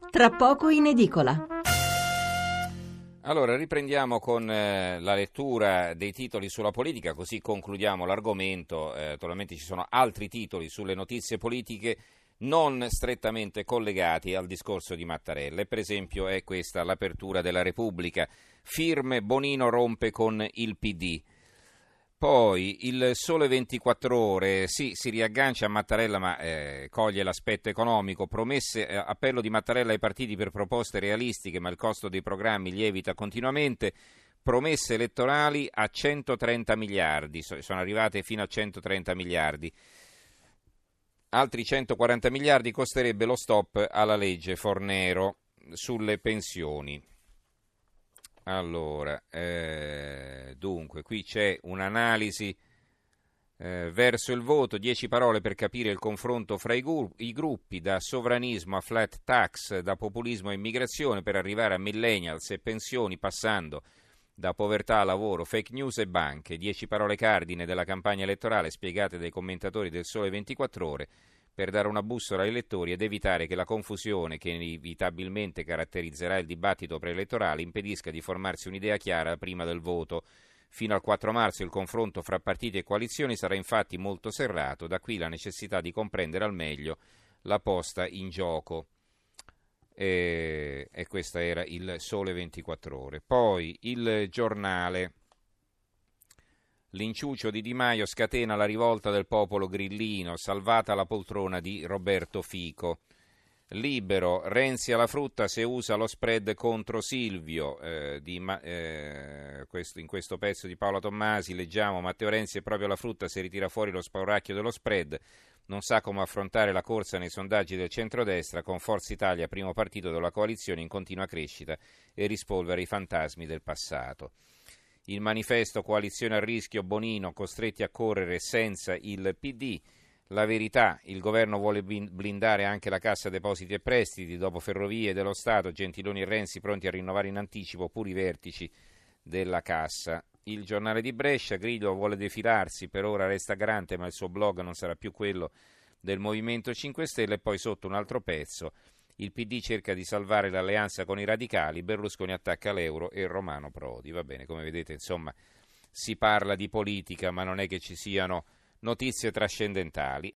tra poco in edicola. Allora, riprendiamo con la lettura dei titoli sulla politica, così concludiamo l'argomento. Naturalmente ci sono altri titoli sulle notizie politiche non strettamente collegati al discorso di Mattarella. E per esempio è questa l'apertura della Repubblica. Firme, Bonino rompe con il PD. Poi il Sole 24 Ore, sì, si riaggancia a Mattarella ma coglie l'aspetto economico, promesse, appello di Mattarella ai partiti per proposte realistiche ma il costo dei programmi lievita continuamente, promesse elettorali a 130 miliardi, sono arrivate fino a 130 miliardi, altri 140 miliardi costerebbe lo stop alla legge Fornero sulle pensioni. Allora, dunque, qui c'è un'analisi verso il voto, 10 parole per capire il confronto fra i gruppi, da sovranismo a flat tax, da populismo a immigrazione, per arrivare a millennials e pensioni, passando da povertà a lavoro, fake news e banche. 10 parole cardine della campagna elettorale spiegate dai commentatori del Sole 24 Ore, per dare una bussola ai lettori ed evitare che la confusione che inevitabilmente caratterizzerà il dibattito preelettorale impedisca di formarsi un'idea chiara prima del voto. Fino al 4 marzo il confronto fra partiti e coalizioni sarà infatti molto serrato, da qui la necessità di comprendere al meglio la posta in gioco. E questo era il Sole 24 Ore. Poi il Giornale. L'inciucio di Di Maio scatena la rivolta del popolo grillino, salvata la poltrona di Roberto Fico. Libero, Renzi alla frutta se usa lo spread contro Silvio. In questo pezzo di Paola Tommasi leggiamo: Matteo Renzi è proprio alla frutta se ritira fuori lo spauracchio dello spread, non sa come affrontare la corsa nei sondaggi del centrodestra, con Forza Italia primo partito della coalizione in continua crescita, e rispolvere i fantasmi del passato. Il Manifesto, coalizione a rischio, Bonino, costretti a correre senza il PD. La Verità, il governo vuole blindare anche la Cassa Depositi e Prestiti, dopo Ferrovie dello Stato, Gentiloni e Renzi pronti a rinnovare in anticipo pure i vertici della Cassa. Il Giornale di Brescia, Grillo vuole defilarsi, per ora resta garante ma il suo blog non sarà più quello del Movimento 5 Stelle, e poi sotto un altro pezzo: il PD cerca di salvare l'alleanza con i radicali, Berlusconi attacca l'euro e Romano Prodi. Va bene, come vedete, insomma, si parla di politica, ma non è che ci siano notizie trascendentali.